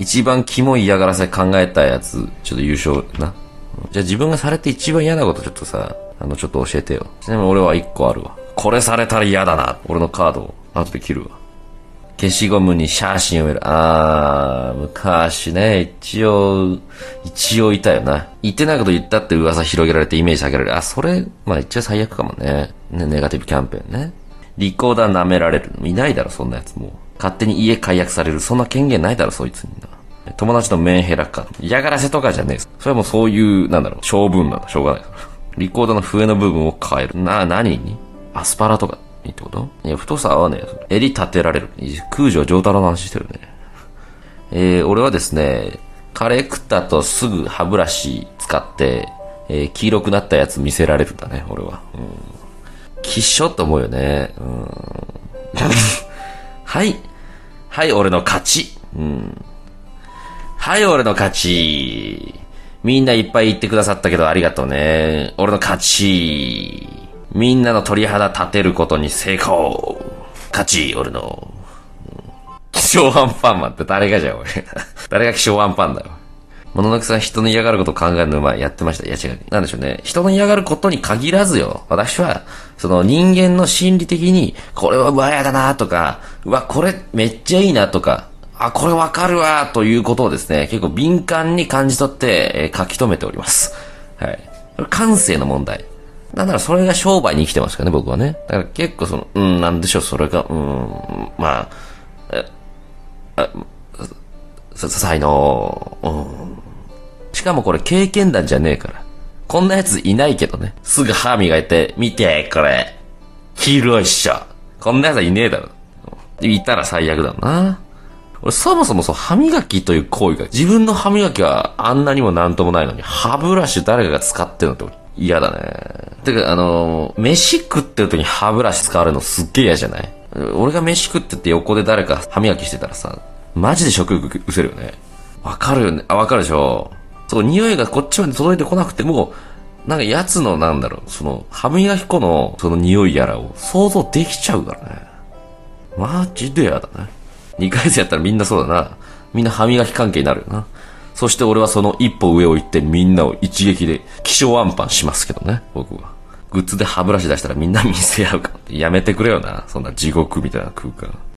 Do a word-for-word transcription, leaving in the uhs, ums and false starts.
一番キモい嫌がらせ考えたやつ、ちょっと優勝な。じゃあ自分がされて一番嫌なことちょっとさ、あの、ちょっと教えてよ。ちなみに俺は一個あるわ。これされたら嫌だな。俺のカードを後で切るわ。消しゴムに写真を入れる。あー、昔ね、一応、一応いたよな。言ってないこと言ったって噂広げられてイメージ下げられる。あ、それ、まあ一応最悪かもね。ね、ネガティブキャンペーンね。リコーダー舐められる。いないだろ、そんなやつもう。勝手に家解約される。そんな権限ないだろ、そいつにな。友達のメンヘラか。嫌がらせとかじゃねえ。それはもうそういう、なんだろう、性分なんだ。しょうがない。リコーダーの笛の部分を変える。な、何にアスパラとかいいってこと？いや、太さ合わねえよ。襟立てられる。空城上太郎の話してるね。えー、俺はですね、カレー食った後すぐ歯ブラシ使って、えー、黄色くなったやつ見せられるんだね、俺は。うん。きっしょって思うよね。うん。はい。はい、俺の勝ち。うん。はい、俺の勝ち。みんないっぱい言ってくださったけどありがとうね。俺の勝ち。みんなの鳥肌立てることに成功。勝ち、俺の。希少アンパンマンって誰がじゃん、俺。誰が希少アンパンだよ。もののくさん人の嫌がることを考えるのうまい。やってました。いや違う。なんでしょうね。人の嫌がることに限らずよ。私は、その人間の心理的に、これはうわやだなとか、うわ、これめっちゃいいなとか、あ、これわかるわということをですね、結構敏感に感じ取って、えー、書き留めております。はい。これ感性の問題。なんならそれが商売に生きてますからね、僕はね。だから結構その、うん、なんでしょう、それが、うん、まあ、え、あ、さ、才能、うん。しかもこれ経験談じゃねえから。こんなやついないけどね。すぐ歯磨いて、見て、これ。黄色いっしょ。こんなやつはいねえだろ。いたら最悪だな。俺そもそもそう、歯磨きという行為が、自分の歯磨きはあんなにもなんともないのに、歯ブラシ誰かが使ってるのって嫌だね。てか、あのー、飯食ってる時に歯ブラシ使われるのすっげえ嫌じゃない？俺が飯食ってて横で誰か歯磨きしてたらさ、マジで食欲うせるよね。わかるよね。あ、わかるでしょ。そう、匂いがこっちまで届いてこなくても、なんか奴のなんだろう、その、歯磨き粉のその匂いやらを想像できちゃうからね。マジで嫌だね。二回生やったらみんなそうだな。みんな歯磨き関係になるよな。そして俺はその一歩上を行ってみんなを一撃で希少アンパンしますけどね、僕は。グッズで歯ブラシ出したらみんな見せ合うから。やめてくれよな。そんな地獄みたいな空間。